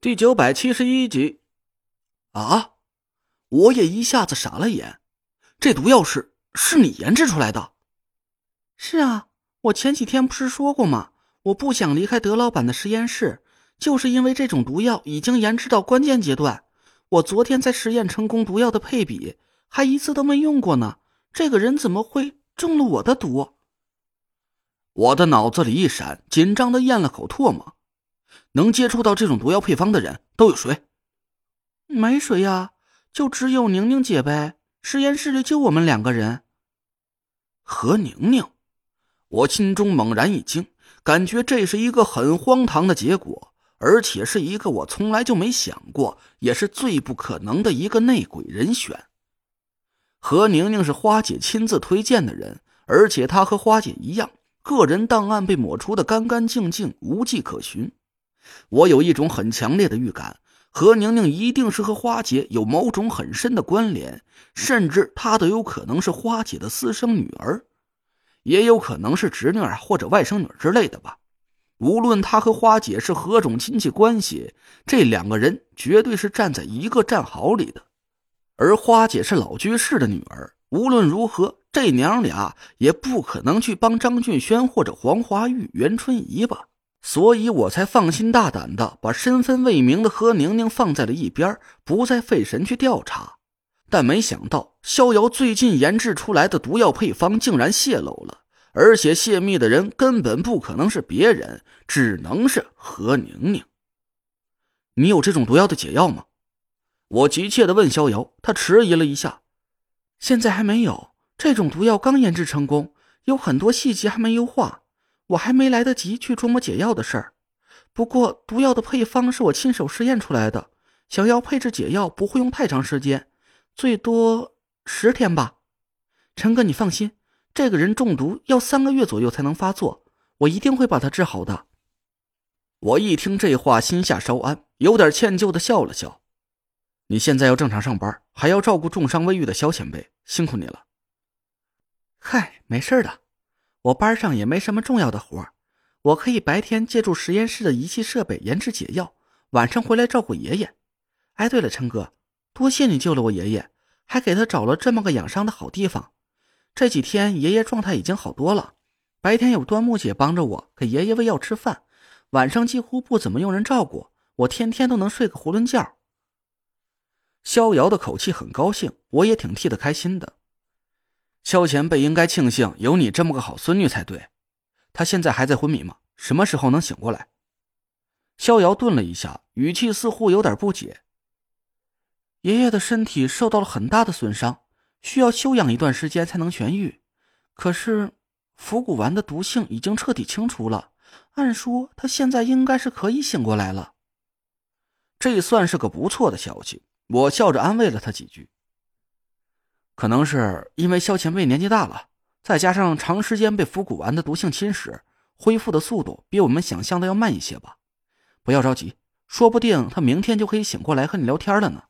第971集。啊！我也一下子傻了眼，这毒药是你研制出来的？ 是啊，我前几天不是说过吗？我不想离开德老板的实验室，就是因为这种毒药已经研制到关键阶段。我昨天才实验成功毒药的配比，还一次都没用过呢。这个人怎么会中了我的毒？ 我的脑子里一闪，紧张的咽了口唾沫。能接触到这种毒药配方的人都有谁？ 没谁呀，就只有宁宁姐呗。实验室里就我们2个人。 何宁宁？我心中猛然一惊，感觉这是一个很荒唐的结果，而且是一个我从来就没想过，也是最不可能的一个内鬼人选。何宁宁是花姐亲自推荐的人，而且她和花姐一样，个人档案被抹除的干干净净，无迹可寻。我有一种很强烈的预感，何宁宁一定是和花姐有某种很深的关联，甚至她都有可能是花姐的私生女儿，也有可能是侄女儿或者外甥女之类的吧。无论她和花姐是何种亲戚关系，这2个人绝对是站在一个战壕里的。而花姐是老居士的女儿，无论如何，这娘俩也不可能去帮张俊轩或者黄华玉、袁春怡吧。所以我才放心大胆的把身份未明的何宁宁放在了一边，不再费神去调查。但没想到逍遥最近研制出来的毒药配方竟然泄露了，而且泄密的人根本不可能是别人，只能是何宁宁。你有这种毒药的解药吗？我急切地问逍遥，他迟疑了一下。 现在还没有，这种毒药刚研制成功，有很多细节还没优化，我还没来得及去琢磨解药的事儿。不过毒药的配方是我亲手实验出来的，想要配置解药不会用太长时间，最多10天吧。陈哥你放心，这个人中毒要3个月左右才能发作，我一定会把他治好的。 我一听这话心下稍安，有点歉疚地笑了笑。你现在要正常上班，还要照顾重伤未愈的萧前辈，辛苦你了。 嗨，没事的，我班上也没什么重要的活，我可以白天借助实验室的仪器设备研制解药，晚上回来照顾爷爷。哎，对了，陈哥，多谢你救了我爷爷，还给他找了这么个养伤的好地方。这几天爷爷状态已经好多了，白天有端木姐帮着我给爷爷喂药吃饭，晚上几乎不怎么用人照顾，我天天都能睡个囫囵觉。 逍遥的口气很高兴，我也挺替他开心的。萧前辈应该庆幸有你这么个好孙女才对。他现在还在昏迷吗？什么时候能醒过来？逍遥顿了一下，语气似乎有点不解。 爷爷的身体受到了很大的损伤，需要休养一段时间才能痊愈。可是伏骨丸的毒性已经彻底清除了，按说他现在应该是可以醒过来了。 这算是个不错的消息，我笑着安慰了他几句。可能是因为萧前辈年纪大了，再加上长时间被伏骨丸的毒性侵蚀，恢复的速度比我们想象的要慢一些吧。不要着急，说不定他明天就可以醒过来和你聊天了呢。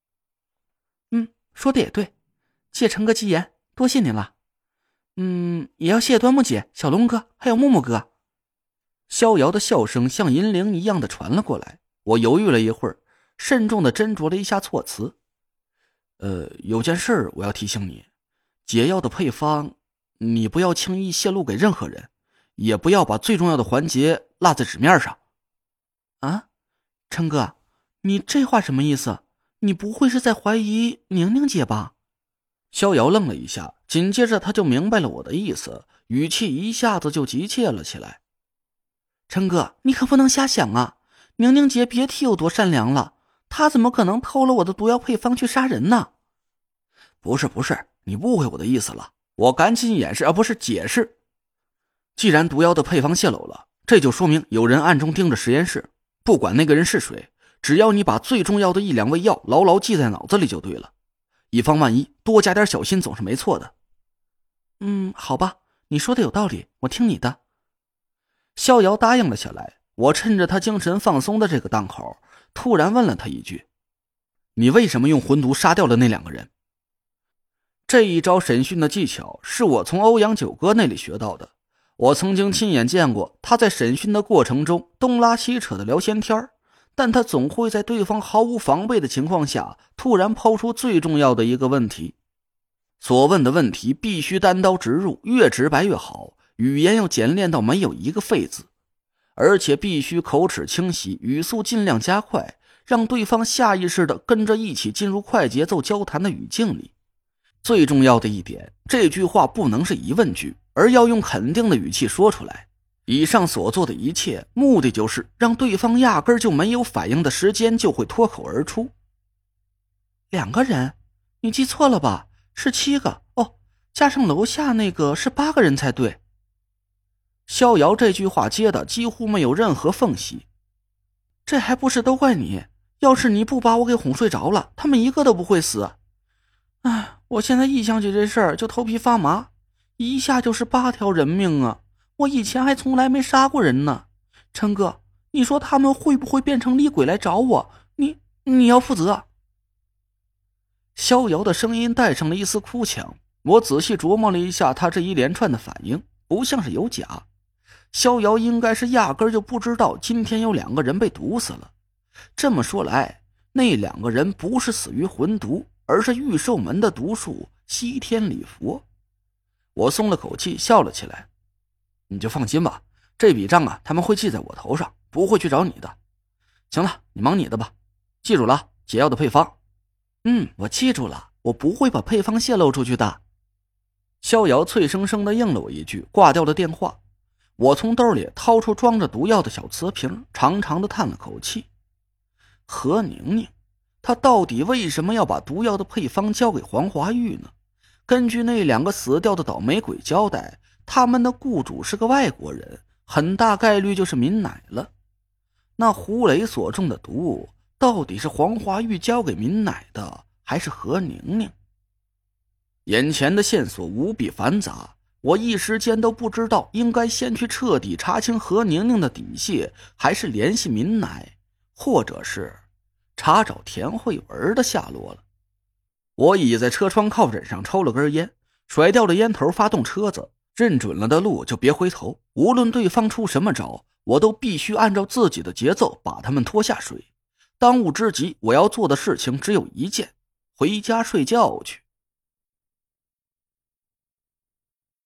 说的也对，谢陈哥吉言，多谢您了。也要谢端木姐、小龙哥还有木木哥。 逍遥的笑声像银铃一样的传了过来，我犹豫了一会儿，慎重的斟酌了一下措辞。有件事我要提醒你，解药的配方你不要轻易泄露给任何人，也不要把最重要的环节落在纸面上。 啊，陈哥，你这话什么意思？你不会是在怀疑宁宁姐吧？ 逍遥愣了一下，紧接着他就明白了我的意思，语气一下子就急切了起来。 陈哥，你可不能瞎想啊！宁宁姐别提有多善良了，她怎么可能偷了我的毒药配方去杀人呢？ 不是，你误会我的意思了。我赶紧掩饰，而不是解释。既然毒药的配方泄露了，这就说明有人暗中盯着实验室，不管那个人是谁，只要你把最重要的1、2味药牢牢记在脑子里就对了，以防万一，多加点小心总是没错的。 好吧，你说的有道理，我听你的。 逍遥答应了下来。我趁着他精神放松的这个档口，突然问了他一句：你为什么用魂毒杀掉了那2个人？这一招审讯的技巧是我从欧阳九哥那里学到的，我曾经亲眼见过他在审讯的过程中东拉西扯的聊闲天， 但他总会在对方毫无防备的情况下，突然抛出最重要的一个问题。所问的问题必须单刀直入，越直白越好，语言要简练到没有一个废字，而且必须口齿清晰，语速尽量加快，让对方下意识地跟着一起进入快节奏交谈的语境里。最重要的一点，这句话不能是疑问句，而要用肯定的语气说出来。以上所做的一切，目的就是让对方压根就没有反应的时间就会脱口而出。 2个人？你记错了吧？是7个哦，加上楼下那个是8个人才对。 逍遥这句话接的几乎没有任何缝隙。 这还不是都怪你，要是你不把我给哄睡着了，他们一个都不会死。哎，我现在一想起这事儿就头皮发麻，一下就是8条人命啊！我以前还从来没杀过人呢。陈哥，你说他们会不会变成厉鬼来找我？你要负责。 逍遥的声音带上了一丝哭腔，我仔细琢磨了一下他这一连串的反应，不像是有假。逍遥应该是压根就不知道今天有2个人被毒死了。这么说来，那2个人不是死于魂毒，而是御兽门的毒术西天礼佛。我松了口气，笑了起来。你就放心吧，这笔账啊，他们会记在我头上，不会去找你的。行了，你忙你的吧，记住了解药的配方。 我记住了，我不会把配方泄露出去的。 逍遥脆生生地应了我一句，挂掉了电话。我从兜里掏出装着毒药的小瓷瓶，长长的叹了口气。何宁宁，她到底为什么要把毒药的配方交给黄华玉呢？根据那2个死掉的倒霉鬼交代，他们的雇主是个外国人，很大概率就是民乃了。那胡雷所中的毒，到底是黄华玉交给民乃的，还是何宁宁？眼前的线索无比繁杂，我一时间都不知道应该先去彻底查清何宁宁的底细，还是联系民乃，或者是查找田慧文的下落了。我倚在车窗靠枕上抽了根烟，甩掉了烟头，发动车子，认准了的路就别回头，无论对方出什么招，我都必须按照自己的节奏把他们拖下水。当务之急，我要做的事情只有一件，回家睡觉去。